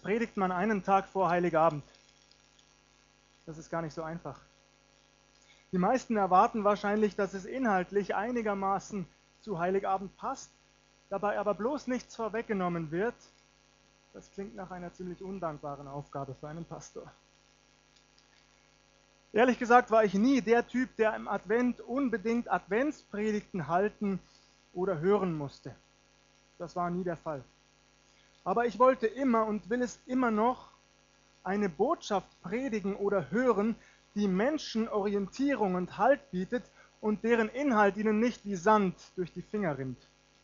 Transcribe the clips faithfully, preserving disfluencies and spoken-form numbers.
predigt man einen Tag vor Heiligabend? Das ist gar nicht so einfach. Die meisten erwarten wahrscheinlich, dass es inhaltlich einigermaßen zu Heiligabend passt, dabei aber bloß nichts vorweggenommen wird. Das klingt nach einer ziemlich undankbaren Aufgabe für einen Pastor. Ehrlich gesagt war ich nie der Typ, der im Advent unbedingt Adventspredigten halten oder hören musste. Das war nie der Fall. Aber ich wollte immer und will es immer noch eine Botschaft predigen oder hören, die Menschen Orientierung und Halt bietet und deren Inhalt ihnen nicht wie Sand durch die Finger rinnt.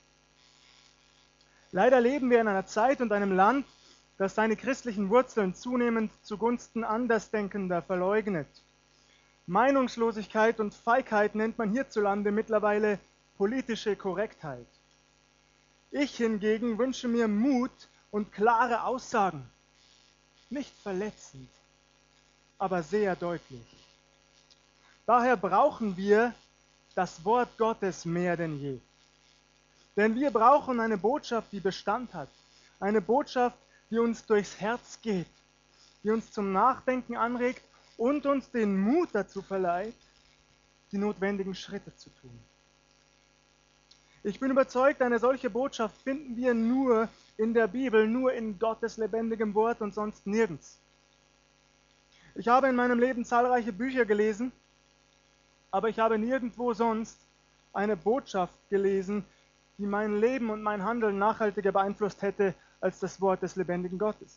Leider leben wir in einer Zeit und einem Land, das seine christlichen Wurzeln zunehmend zugunsten Andersdenkender verleugnet. Meinungslosigkeit und Feigheit nennt man hierzulande mittlerweile politische Korrektheit. Ich hingegen wünsche mir Mut und klare Aussagen. Nicht verletzend, aber sehr deutlich. Daher brauchen wir das Wort Gottes mehr denn je. Denn wir brauchen eine Botschaft, die Bestand hat. Eine Botschaft, die uns durchs Herz geht, die uns zum Nachdenken anregt und uns den Mut dazu verleiht, die notwendigen Schritte zu tun. Ich bin überzeugt, eine solche Botschaft finden wir nur in der Bibel, nur in Gottes lebendigem Wort und sonst nirgends. Ich habe in meinem Leben zahlreiche Bücher gelesen, aber ich habe nirgendwo sonst eine Botschaft gelesen, die mein Leben und mein Handeln nachhaltiger beeinflusst hätte als das Wort des lebendigen Gottes.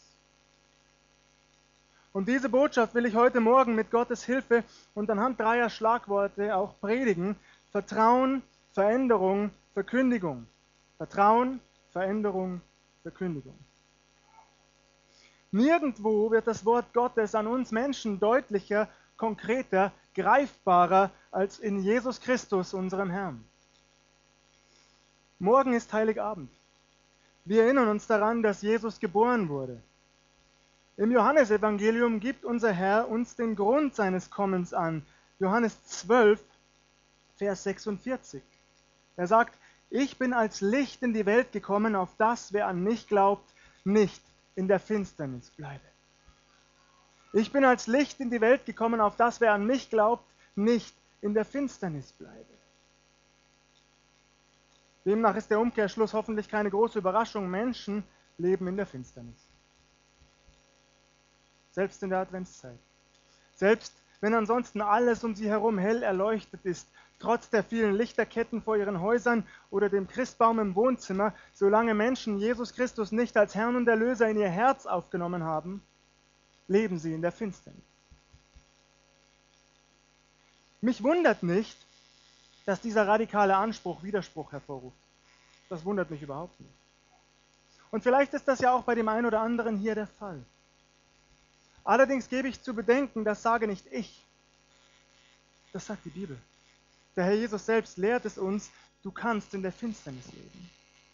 Und diese Botschaft will ich heute Morgen mit Gottes Hilfe und anhand dreier Schlagworte auch predigen. Vertrauen, Veränderung, Verkündigung. Vertrauen, Veränderung, Verkündigung. Nirgendwo wird das Wort Gottes an uns Menschen deutlicher, konkreter, greifbarer als in Jesus Christus, unserem Herrn. Morgen ist Heiligabend. Wir erinnern uns daran, dass Jesus geboren wurde. Im Johannesevangelium gibt unser Herr uns den Grund seines Kommens an. Johannes zwölf, Vers sechsundvierzig. Er sagt, ich bin als Licht in die Welt gekommen, auf das, wer an mich glaubt, nicht in der Finsternis bleibe. Ich bin als Licht in die Welt gekommen, auf das, wer an mich glaubt, nicht in der Finsternis bleibe. Demnach ist der Umkehrschluss hoffentlich keine große Überraschung. Menschen leben in der Finsternis. Selbst in der Adventszeit. Selbst wenn ansonsten alles um sie herum hell erleuchtet ist, trotz der vielen Lichterketten vor ihren Häusern oder dem Christbaum im Wohnzimmer, solange Menschen Jesus Christus nicht als Herrn und Erlöser in ihr Herz aufgenommen haben, leben sie in der Finsternis. Mich wundert nicht, dass dieser radikale Anspruch Widerspruch hervorruft. Das wundert mich überhaupt nicht. Und vielleicht ist das ja auch bei dem einen oder anderen hier der Fall. Allerdings gebe ich zu bedenken, das sage nicht ich. Das sagt die Bibel. Der Herr Jesus selbst lehrt es uns, du kannst in der Finsternis leben.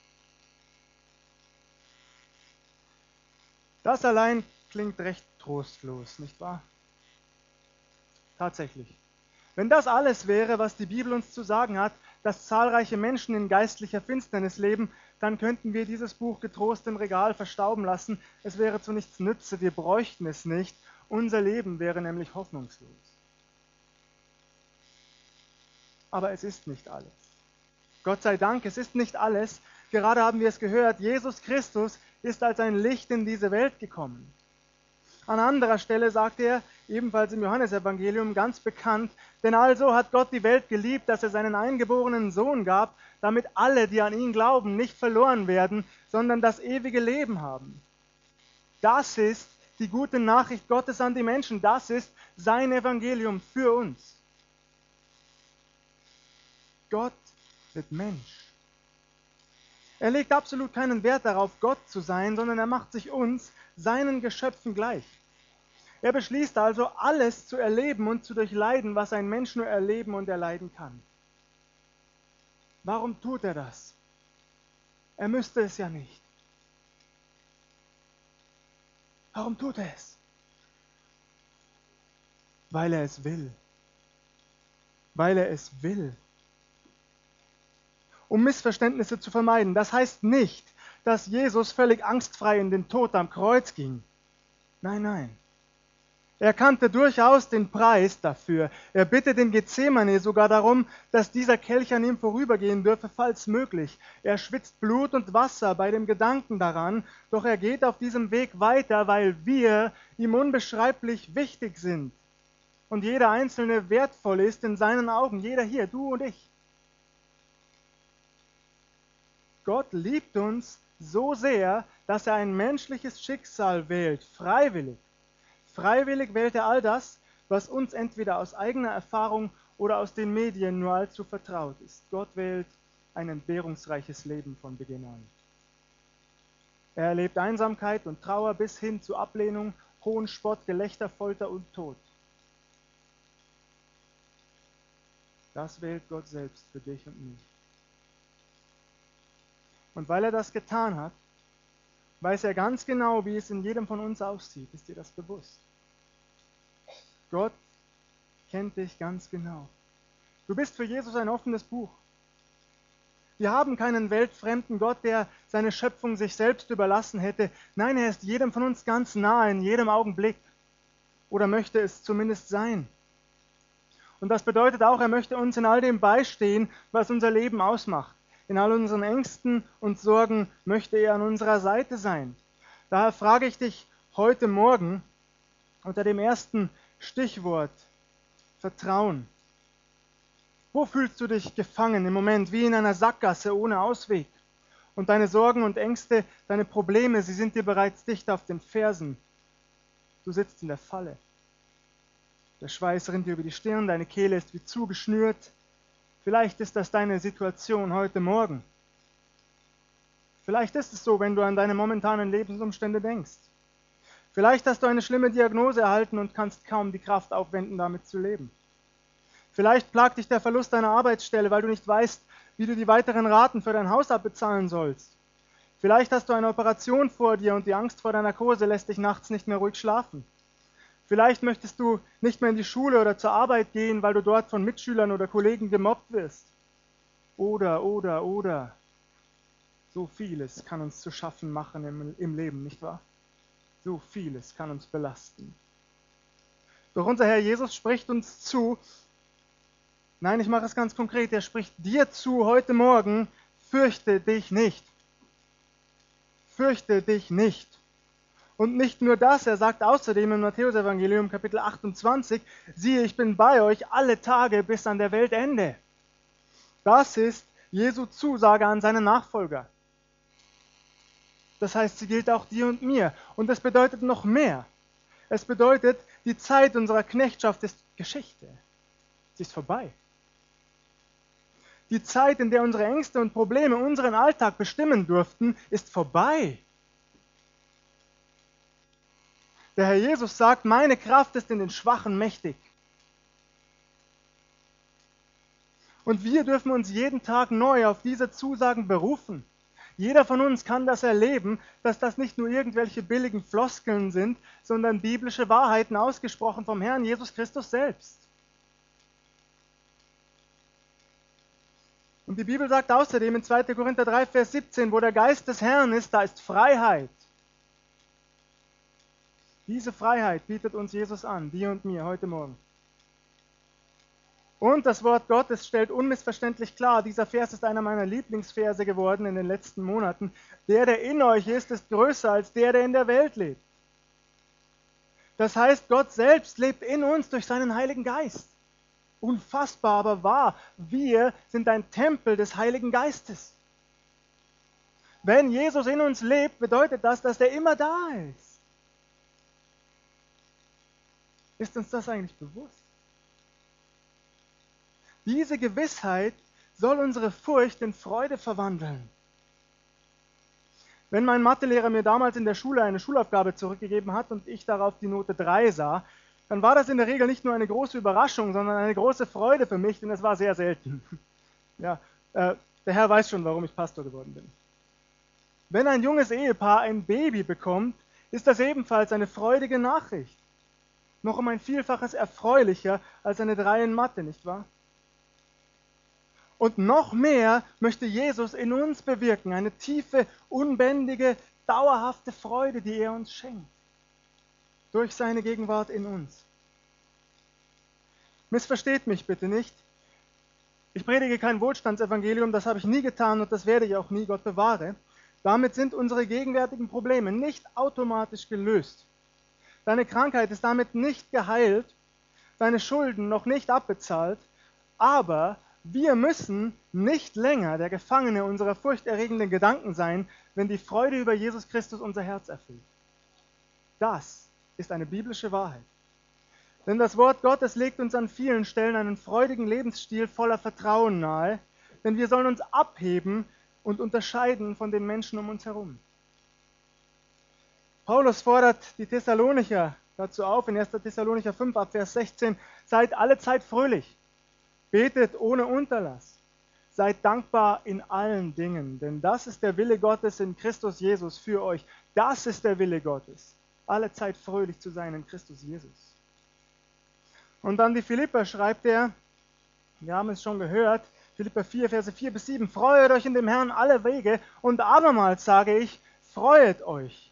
Das allein klingt recht trostlos, nicht wahr? Tatsächlich. Wenn das alles wäre, was die Bibel uns zu sagen hat, dass zahlreiche Menschen in geistlicher Finsternis leben, dann könnten wir dieses Buch getrost im Regal verstauben lassen. Es wäre zu nichts Nütze, wir bräuchten es nicht. Unser Leben wäre nämlich hoffnungslos. Aber es ist nicht alles. Gott sei Dank, es ist nicht alles. Gerade haben wir es gehört, Jesus Christus ist als ein Licht in diese Welt gekommen. An anderer Stelle sagt er, ebenfalls im Johannesevangelium ganz bekannt, denn also hat Gott die Welt geliebt, dass er seinen eingeborenen Sohn gab, damit alle, die an ihn glauben, nicht verloren werden, sondern das ewige Leben haben. Das ist die gute Nachricht Gottes an die Menschen, das ist sein Evangelium für uns. Gott wird Mensch. Er legt absolut keinen Wert darauf, Gott zu sein, sondern er macht sich uns, seinen Geschöpfen, gleich. Er beschließt also, alles zu erleben und zu durchleiden, was ein Mensch nur erleben und erleiden kann. Warum tut er das? Er müsste es ja nicht. Warum tut er es? Weil er es will. Weil er es will. Um Missverständnisse zu vermeiden. Das heißt nicht, dass Jesus völlig angstfrei in den Tod am Kreuz ging. Nein, nein. Er kannte durchaus den Preis dafür. Er bittet in Gethsemane sogar darum, dass dieser Kelch an ihm vorübergehen dürfe, falls möglich. Er schwitzt Blut und Wasser bei dem Gedanken daran, doch er geht auf diesem Weg weiter, weil wir ihm unbeschreiblich wichtig sind. Und jeder Einzelne wertvoll ist in seinen Augen, jeder hier, du und ich. Gott liebt uns so sehr, dass er ein menschliches Schicksal wählt, freiwillig. Freiwillig wählt er all das, was uns entweder aus eigener Erfahrung oder aus den Medien nur allzu vertraut ist. Gott wählt ein entbehrungsreiches Leben von Beginn an. Er erlebt Einsamkeit und Trauer bis hin zu Ablehnung, hohen Spott, Gelächter, Folter und Tod. Das wählt Gott selbst für dich und mich. Und weil er das getan hat, weiß er ganz genau, wie es in jedem von uns aussieht. Ist dir das bewusst? Gott kennt dich ganz genau. Du bist für Jesus ein offenes Buch. Wir haben keinen weltfremden Gott, der seine Schöpfung sich selbst überlassen hätte. Nein, er ist jedem von uns ganz nahe, in jedem Augenblick. Oder möchte es zumindest sein. Und das bedeutet auch, er möchte uns in all dem beistehen, was unser Leben ausmacht. In all unseren Ängsten und Sorgen möchte er an unserer Seite sein. Daher frage ich dich heute Morgen unter dem ersten Stichwort Vertrauen. Wo fühlst du dich gefangen im Moment, wie in einer Sackgasse ohne Ausweg? Und deine Sorgen und Ängste, deine Probleme, sie sind dir bereits dicht auf den Fersen. Du sitzt in der Falle. Der Schweiß rinnt dir über die Stirn, deine Kehle ist wie zugeschnürt. Vielleicht ist das deine Situation heute Morgen. Vielleicht ist es so, wenn du an deine momentanen Lebensumstände denkst. Vielleicht hast du eine schlimme Diagnose erhalten und kannst kaum die Kraft aufwenden, damit zu leben. Vielleicht plagt dich der Verlust deiner Arbeitsstelle, weil du nicht weißt, wie du die weiteren Raten für dein Haus abbezahlen sollst. Vielleicht hast du eine Operation vor dir und die Angst vor der Narkose lässt dich nachts nicht mehr ruhig schlafen. Vielleicht möchtest du nicht mehr in die Schule oder zur Arbeit gehen, weil du dort von Mitschülern oder Kollegen gemobbt wirst. Oder, oder, oder. So vieles kann uns zu schaffen machen im, im Leben, nicht wahr? So vieles kann uns belasten. Doch unser Herr Jesus spricht uns zu, nein, ich mache es ganz konkret, er spricht dir zu heute Morgen, fürchte dich nicht. Fürchte dich nicht. Und nicht nur das, er sagt außerdem im Matthäus-Evangelium Kapitel achtundzwanzig, siehe, ich bin bei euch alle Tage bis an der Weltende. Das ist Jesu Zusage an seine Nachfolger. Das heißt, sie gilt auch dir und mir. Und das bedeutet noch mehr. Es bedeutet, die Zeit unserer Knechtschaft ist Geschichte. Sie ist vorbei. Die Zeit, in der unsere Ängste und Probleme unseren Alltag bestimmen durften, ist vorbei. Der Herr Jesus sagt, meine Kraft ist in den Schwachen mächtig. Und wir dürfen uns jeden Tag neu auf diese Zusagen berufen. Jeder von uns kann das erleben, dass das nicht nur irgendwelche billigen Floskeln sind, sondern biblische Wahrheiten ausgesprochen vom Herrn Jesus Christus selbst. Und die Bibel sagt außerdem in zweiter Korinther drei, Vers siebzehn, wo der Geist des Herrn ist, da ist Freiheit. Diese Freiheit bietet uns Jesus an, dir und mir heute Morgen. Und das Wort Gottes stellt unmissverständlich klar, dieser Vers ist einer meiner Lieblingsverse geworden in den letzten Monaten. Der, der in euch ist, ist größer als der, der in der Welt lebt. Das heißt, Gott selbst lebt in uns durch seinen Heiligen Geist. Unfassbar, aber wahr. Wir sind ein Tempel des Heiligen Geistes. Wenn Jesus in uns lebt, bedeutet das, dass er immer da ist. Ist uns das eigentlich bewusst? Diese Gewissheit soll unsere Furcht in Freude verwandeln. Wenn mein Mathelehrer mir damals in der Schule eine Schulaufgabe zurückgegeben hat und ich darauf die Note drei sah, dann war das in der Regel nicht nur eine große Überraschung, sondern eine große Freude für mich, denn es war sehr selten. Ja, äh, der Herr weiß schon, warum ich Pastor geworden bin. Wenn ein junges Ehepaar ein Baby bekommt, ist das ebenfalls eine freudige Nachricht. Noch um ein Vielfaches erfreulicher als eine drei in Mathe, nicht wahr? Und noch mehr möchte Jesus in uns bewirken, eine tiefe, unbändige, dauerhafte Freude, die er uns schenkt, durch seine Gegenwart in uns. Missversteht mich bitte nicht. Ich predige kein Wohlstandsevangelium, das habe ich nie getan und das werde ich auch nie, Gott bewahre. Damit sind unsere gegenwärtigen Probleme nicht automatisch gelöst. Deine Krankheit ist damit nicht geheilt, deine Schulden noch nicht abbezahlt, aber wir müssen nicht länger der Gefangene unserer furchterregenden Gedanken sein, wenn die Freude über Jesus Christus unser Herz erfüllt. Das ist eine biblische Wahrheit. Denn das Wort Gottes legt uns an vielen Stellen einen freudigen Lebensstil voller Vertrauen nahe, denn wir sollen uns abheben und unterscheiden von den Menschen um uns herum. Paulus fordert die Thessalonicher dazu auf, in erster Thessalonicher fünf, ab Vers sechzehn, seid allezeit fröhlich, betet ohne Unterlass, seid dankbar in allen Dingen, denn das ist der Wille Gottes in Christus Jesus für euch. Das ist der Wille Gottes, allezeit fröhlich zu sein in Christus Jesus. Und dann die Philipper schreibt er, wir haben es schon gehört, Philipper vier, Verse vier bis sieben, freuet euch in dem Herrn alle Wege und abermals sage ich, freuet euch.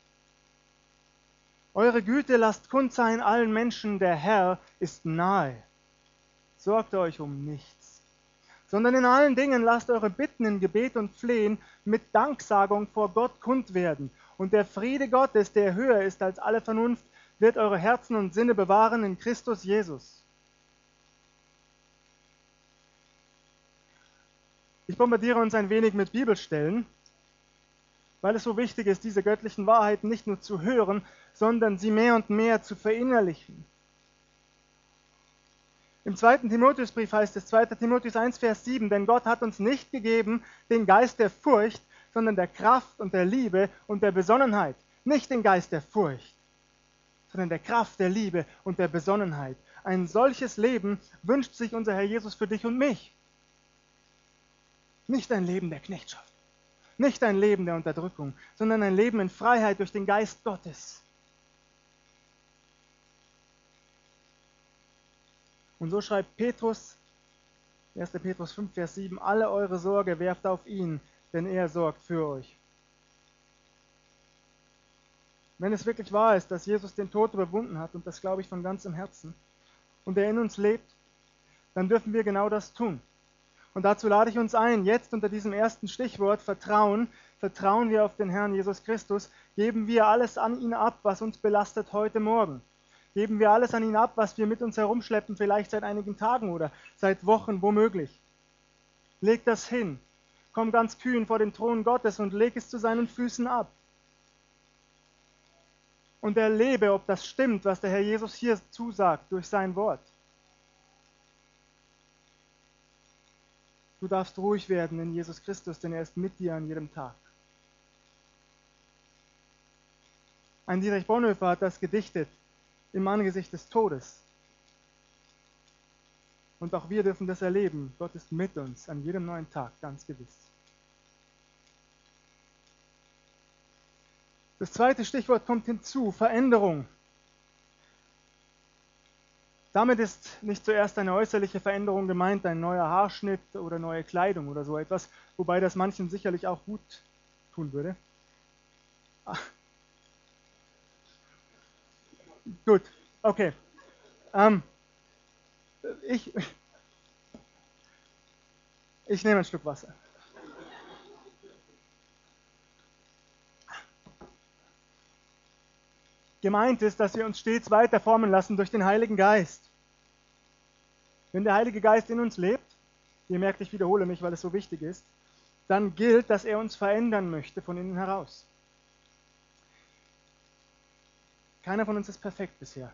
Eure Güte lasst kund sein allen Menschen, der Herr ist nahe. Sorgt euch um nichts, sondern in allen Dingen lasst eure Bitten in Gebet und Flehen mit Danksagung vor Gott kund werden. Und der Friede Gottes, der höher ist als alle Vernunft, wird eure Herzen und Sinne bewahren in Christus Jesus. Ich bombardiere uns ein wenig mit Bibelstellen, weil es so wichtig ist, diese göttlichen Wahrheiten nicht nur zu hören, sondern sie mehr und mehr zu verinnerlichen. Im zweiten Timotheusbrief heißt es, zweiter Timotheus eins, Vers sieben, denn Gott hat uns nicht gegeben den Geist der Furcht, sondern der Kraft und der Liebe und der Besonnenheit. Nicht den Geist der Furcht, sondern der Kraft, der Liebe und der Besonnenheit. Ein solches Leben wünscht sich unser Herr Jesus für dich und mich. Nicht ein Leben der Knechtschaft, nicht ein Leben der Unterdrückung, sondern ein Leben in Freiheit durch den Geist Gottes. Und so schreibt Petrus, erster Petrus fünf, Vers sieben, alle eure Sorge werft auf ihn, denn er sorgt für euch. Wenn es wirklich wahr ist, dass Jesus den Tod überwunden hat, und das glaube ich von ganzem Herzen, und er in uns lebt, dann dürfen wir genau das tun. Und dazu lade ich uns ein, jetzt unter diesem ersten Stichwort Vertrauen, vertrauen wir auf den Herrn Jesus Christus, geben wir alles an ihn ab, was uns belastet heute Morgen. Geben wir alles an ihn ab, was wir mit uns herumschleppen, vielleicht seit einigen Tagen oder seit Wochen womöglich. Leg das hin, komm ganz kühn vor den Thron Gottes und leg es zu seinen Füßen ab. Und erlebe, ob das stimmt, was der Herr Jesus hier zusagt durch sein Wort. Du darfst ruhig werden in Jesus Christus, denn er ist mit dir an jedem Tag. Ein Dietrich Bonhoeffer hat das gedichtet, im Angesicht des Todes. Und auch wir dürfen das erleben. Gott ist mit uns an jedem neuen Tag, ganz gewiss. Das zweite Stichwort kommt hinzu, Veränderung. Damit ist nicht zuerst eine äußerliche Veränderung gemeint, ein neuer Haarschnitt oder neue Kleidung oder so etwas, wobei das manchen sicherlich auch gut tun würde. Ah. Gut, okay. Ähm, ich, ich nehme einen Schluck Wasser. Gemeint ist, dass wir uns stets weiter formen lassen durch den Heiligen Geist. Wenn der Heilige Geist in uns lebt, ihr merkt, ich wiederhole mich, weil es so wichtig ist, dann gilt, dass er uns verändern möchte von innen heraus. Keiner von uns ist perfekt bisher.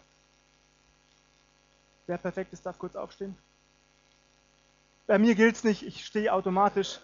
Wer perfekt ist, darf kurz aufstehen. Bei mir gilt es nicht, ich stehe automatisch.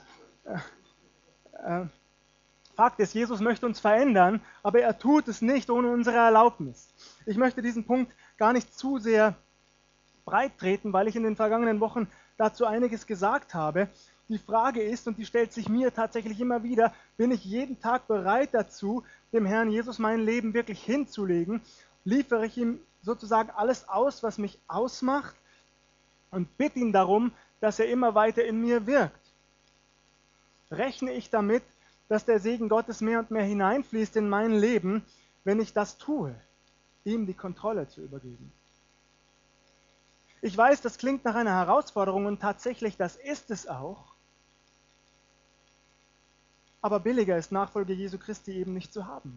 Äh, äh, Fakt ist, Jesus möchte uns verändern, aber er tut es nicht ohne unsere Erlaubnis. Ich möchte diesen Punkt gar nicht zu sehr breit treten, weil ich in den vergangenen Wochen dazu einiges gesagt habe. Die Frage ist, und die stellt sich mir tatsächlich immer wieder, bin ich jeden Tag bereit dazu, dem Herrn Jesus mein Leben wirklich hinzulegen? Liefere ich ihm sozusagen alles aus, was mich ausmacht und bitte ihn darum, dass er immer weiter in mir wirkt? Rechne ich damit, dass der Segen Gottes mehr und mehr hineinfließt in mein Leben, wenn ich das tue, ihm die Kontrolle zu übergeben? Ich weiß, das klingt nach einer Herausforderung und tatsächlich, das ist es auch. Aber billiger ist Nachfolge Jesu Christi eben nicht zu haben.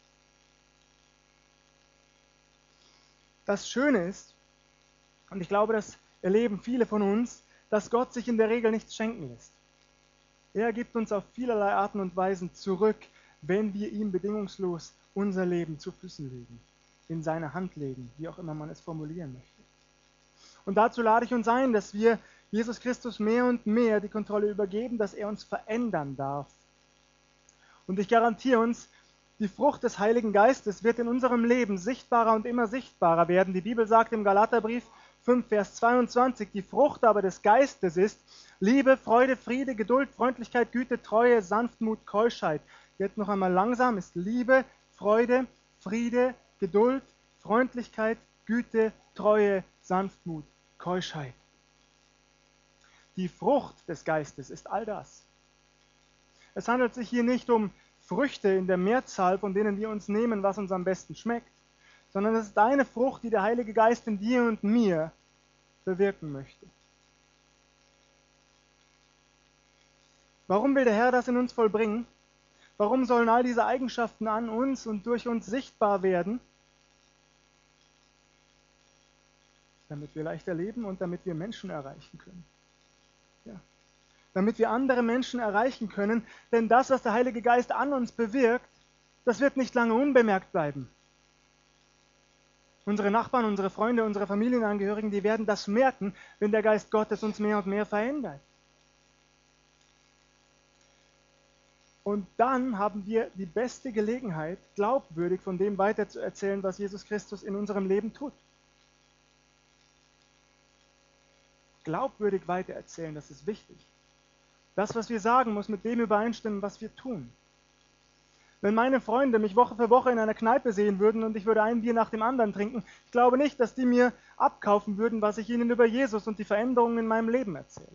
Das Schöne ist, und ich glaube, das erleben viele von uns, dass Gott sich in der Regel nichts schenken lässt. Er gibt uns auf vielerlei Arten und Weisen zurück, wenn wir ihm bedingungslos unser Leben zu Füßen legen, in seine Hand legen, wie auch immer man es formulieren möchte. Und dazu lade ich uns ein, dass wir Jesus Christus mehr und mehr die Kontrolle übergeben, dass er uns verändern darf. Und ich garantiere uns, die Frucht des Heiligen Geistes wird in unserem Leben sichtbarer und immer sichtbarer werden. Die Bibel sagt im Galaterbrief fünf, Vers zweiundzwanzig, die Frucht aber des Geistes ist Liebe, Freude, Friede, Geduld, Freundlichkeit, Güte, Treue, Sanftmut, Keuschheit. Jetzt noch einmal langsam, ist Liebe, Freude, Friede, Geduld, Freundlichkeit, Güte, Treue, Sanftmut, Keuschheit. Die Frucht des Geistes ist all das. Es handelt sich hier nicht um Früchte in der Mehrzahl, von denen wir uns nehmen, was uns am besten schmeckt, sondern es ist eine Frucht, die der Heilige Geist in dir und mir bewirken möchte. Warum will der Herr das in uns vollbringen? Warum sollen all diese Eigenschaften an uns und durch uns sichtbar werden? Damit wir leichter leben und damit wir Menschen erreichen können. Ja. Damit wir andere Menschen erreichen können, denn das, was der Heilige Geist an uns bewirkt, das wird nicht lange unbemerkt bleiben. Unsere Nachbarn, unsere Freunde, unsere Familienangehörigen, die werden das merken, wenn der Geist Gottes uns mehr und mehr verändert. Und dann haben wir die beste Gelegenheit, glaubwürdig von dem weiterzuerzählen, was Jesus Christus in unserem Leben tut. Glaubwürdig weitererzählen, das ist wichtig. Das, was wir sagen, muss mit dem übereinstimmen, was wir tun. Wenn meine Freunde mich Woche für Woche in einer Kneipe sehen würden und ich würde ein Bier nach dem anderen trinken, ich glaube nicht, dass die mir abkaufen würden, was ich ihnen über Jesus und die Veränderungen in meinem Leben erzähle.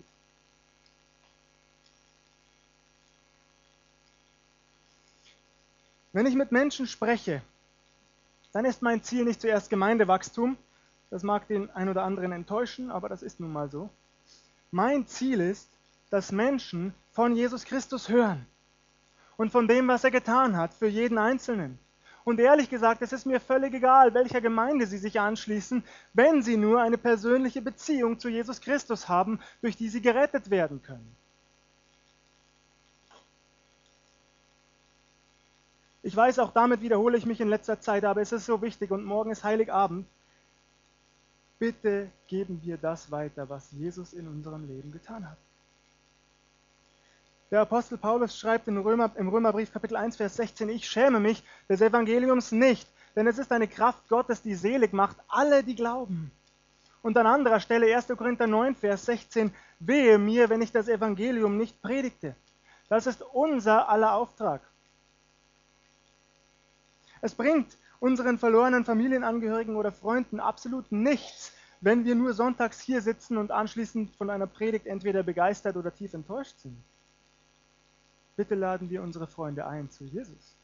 Wenn ich mit Menschen spreche, dann ist mein Ziel nicht zuerst Gemeindewachstum. Das mag den einen oder anderen enttäuschen, aber das ist nun mal so. Mein Ziel ist, dass Menschen von Jesus Christus hören und von dem, was er getan hat, für jeden Einzelnen. Und ehrlich gesagt, es ist mir völlig egal, welcher Gemeinde sie sich anschließen, wenn sie nur eine persönliche Beziehung zu Jesus Christus haben, durch die sie gerettet werden können. Ich weiß, auch damit wiederhole ich mich in letzter Zeit, aber es ist so wichtig und morgen ist Heiligabend. Bitte geben wir das weiter, was Jesus in unserem Leben getan hat. Der Apostel Paulus schreibt in Römer, im Römerbrief Kapitel eins, Vers sechzehn, ich schäme mich des Evangeliums nicht, denn es ist eine Kraft Gottes, die selig macht, alle, die glauben. Und an anderer Stelle erster Korinther neun, Vers sechzehn, wehe mir, wenn ich das Evangelium nicht predigte. Das ist unser aller Auftrag. Es bringt unseren verlorenen Familienangehörigen oder Freunden absolut nichts, wenn wir nur sonntags hier sitzen und anschließend von einer Predigt entweder begeistert oder tief enttäuscht sind. Bitte laden wir unsere Freunde ein zu Jesus.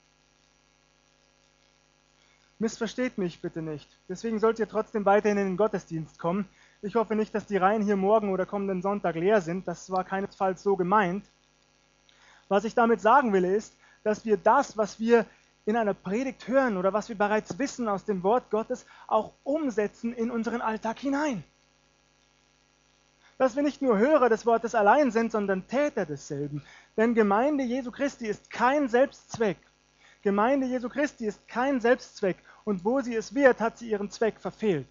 Missversteht mich bitte nicht. Deswegen sollt ihr trotzdem weiterhin in den Gottesdienst kommen. Ich hoffe nicht, dass die Reihen hier morgen oder kommenden Sonntag leer sind. Das war keinesfalls so gemeint. Was ich damit sagen will, ist, dass wir das, was wir in einer Predigt hören oder was wir bereits wissen aus dem Wort Gottes, auch umsetzen in unseren Alltag hinein. Dass wir nicht nur Hörer des Wortes allein sind, sondern Täter desselben. Denn Gemeinde Jesu Christi ist kein Selbstzweck. Gemeinde Jesu Christi ist kein Selbstzweck. Und wo sie es wird, hat sie ihren Zweck verfehlt.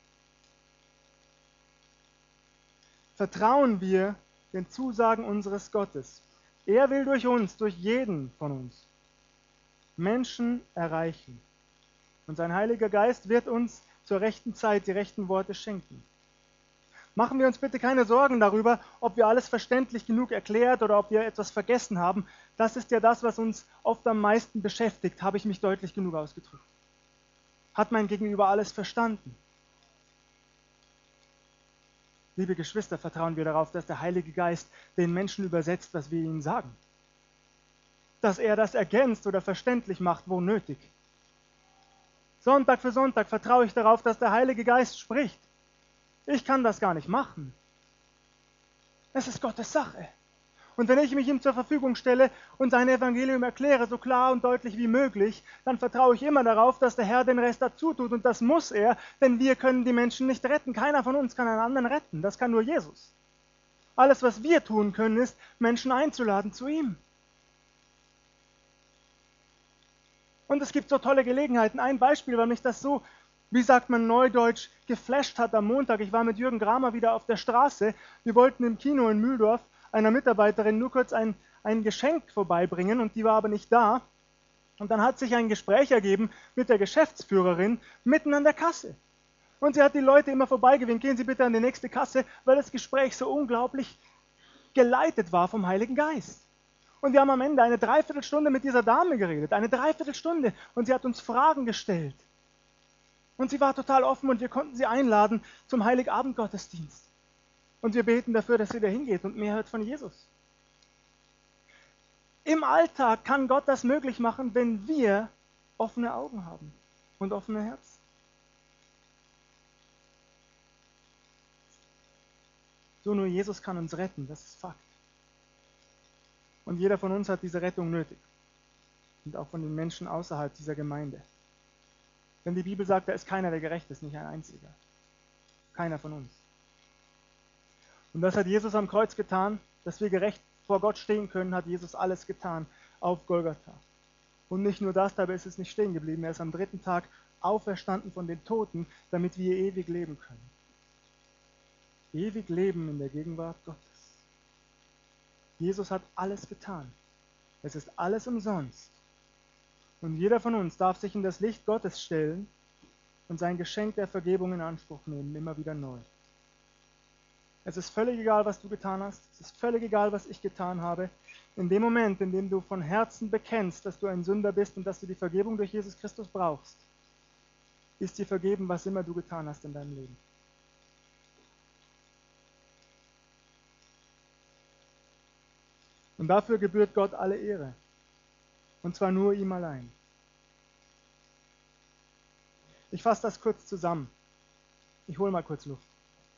Vertrauen wir den Zusagen unseres Gottes. Er will durch uns, durch jeden von uns, Menschen erreichen. Und sein Heiliger Geist wird uns zur rechten Zeit die rechten Worte schenken. Machen wir uns bitte keine Sorgen darüber, ob wir alles verständlich genug erklärt oder ob wir etwas vergessen haben. Das ist ja das, was uns oft am meisten beschäftigt. Habe ich mich deutlich genug ausgedrückt? Hat mein Gegenüber alles verstanden? Liebe Geschwister, vertrauen wir darauf, dass der Heilige Geist den Menschen übersetzt, was wir ihnen sagen. Dass er das ergänzt oder verständlich macht, wo nötig. Sonntag für Sonntag vertraue ich darauf, dass der Heilige Geist spricht. Ich kann das gar nicht machen. Es ist Gottes Sache. Und wenn ich mich ihm zur Verfügung stelle und sein Evangelium erkläre, so klar und deutlich wie möglich, dann vertraue ich immer darauf, dass der Herr den Rest dazu tut. Und das muss er, denn wir können die Menschen nicht retten. Keiner von uns kann einen anderen retten. Das kann nur Jesus. Alles, was wir tun können, ist, Menschen einzuladen zu ihm. Und es gibt so tolle Gelegenheiten. Ein Beispiel, weil mich das so, wie sagt man neudeutsch, geflasht hat am Montag. Ich war mit Jürgen Gramer wieder auf der Straße. Wir wollten im Kino in Mühldorf einer Mitarbeiterin nur kurz ein, ein Geschenk vorbeibringen und die war aber nicht da. Und dann hat sich ein Gespräch ergeben mit der Geschäftsführerin mitten an der Kasse. Und sie hat die Leute immer vorbeigewinkt, gehen Sie bitte an die nächste Kasse, weil das Gespräch so unglaublich geleitet war vom Heiligen Geist. Und wir haben am Ende eine Dreiviertelstunde mit dieser Dame geredet, eine Dreiviertelstunde, und sie hat uns Fragen gestellt. Und sie war total offen und wir konnten sie einladen zum Heiligabend-Gottesdienst. Und wir beten dafür, dass sie da hingeht und mehr hört von Jesus. Im Alltag kann Gott das möglich machen, wenn wir offene Augen haben und offene Herzen. So nur Jesus kann uns retten, das ist Fakt. Und jeder von uns hat diese Rettung nötig. Und auch von den Menschen außerhalb dieser Gemeinde. Denn die Bibel sagt, da ist keiner, der gerecht ist, nicht ein einziger. Keiner von uns. Und das hat Jesus am Kreuz getan, dass wir gerecht vor Gott stehen können, hat Jesus alles getan auf Golgatha. Und nicht nur das, dabei ist es nicht stehen geblieben. Er ist am dritten Tag auferstanden von den Toten, damit wir ewig leben können. Ewig leben in der Gegenwart Gottes. Jesus hat alles getan. Es ist alles umsonst. Und jeder von uns darf sich in das Licht Gottes stellen und sein Geschenk der Vergebung in Anspruch nehmen, immer wieder neu. Es ist völlig egal, was du getan hast. Es ist völlig egal, was ich getan habe. In dem Moment, in dem du von Herzen bekennst, dass du ein Sünder bist und dass du die Vergebung durch Jesus Christus brauchst, ist dir vergeben, was immer du getan hast in deinem Leben. Und dafür gebührt Gott alle Ehre. Und zwar nur ihm allein. Ich fasse das kurz zusammen. Ich hole mal kurz Luft.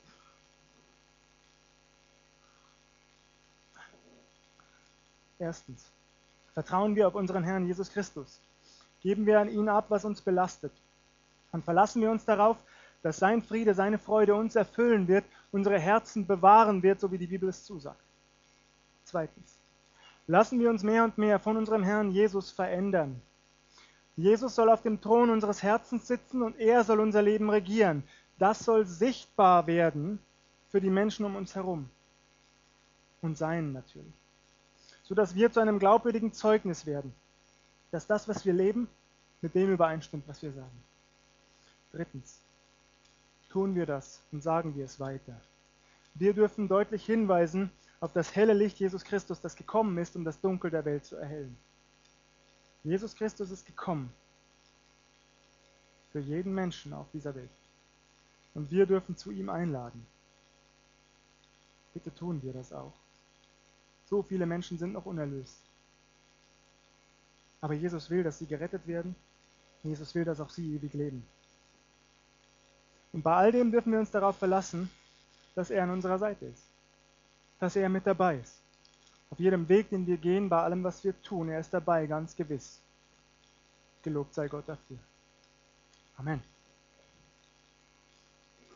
Erstens, vertrauen wir auf unseren Herrn Jesus Christus. Geben wir an ihn ab, was uns belastet. Und verlassen wir uns darauf, dass sein Friede, seine Freude uns erfüllen wird, unsere Herzen bewahren wird, so wie die Bibel es zusagt. Zweitens, lassen wir uns mehr und mehr von unserem Herrn Jesus verändern. Jesus soll auf dem Thron unseres Herzens sitzen und er soll unser Leben regieren. Das soll sichtbar werden für die Menschen um uns herum. Und sein natürlich. Sodass wir zu einem glaubwürdigen Zeugnis werden, dass das, was wir leben, mit dem übereinstimmt, was wir sagen. Drittens, tun wir das und sagen wir es weiter. Wir dürfen deutlich hinweisen auf das helle Licht Jesus Christus, das gekommen ist, um das Dunkel der Welt zu erhellen. Jesus Christus ist gekommen für jeden Menschen auf dieser Welt. Und wir dürfen zu ihm einladen. Bitte tun wir das auch. So viele Menschen sind noch unerlöst. Aber Jesus will, dass sie gerettet werden. Jesus will, dass auch sie ewig leben. Und bei all dem dürfen wir uns darauf verlassen, dass er an unserer Seite ist. Dass er mit dabei ist. Auf jedem Weg, den wir gehen, bei allem, was wir tun, er ist dabei, ganz gewiss. Gelobt sei Gott dafür. Amen.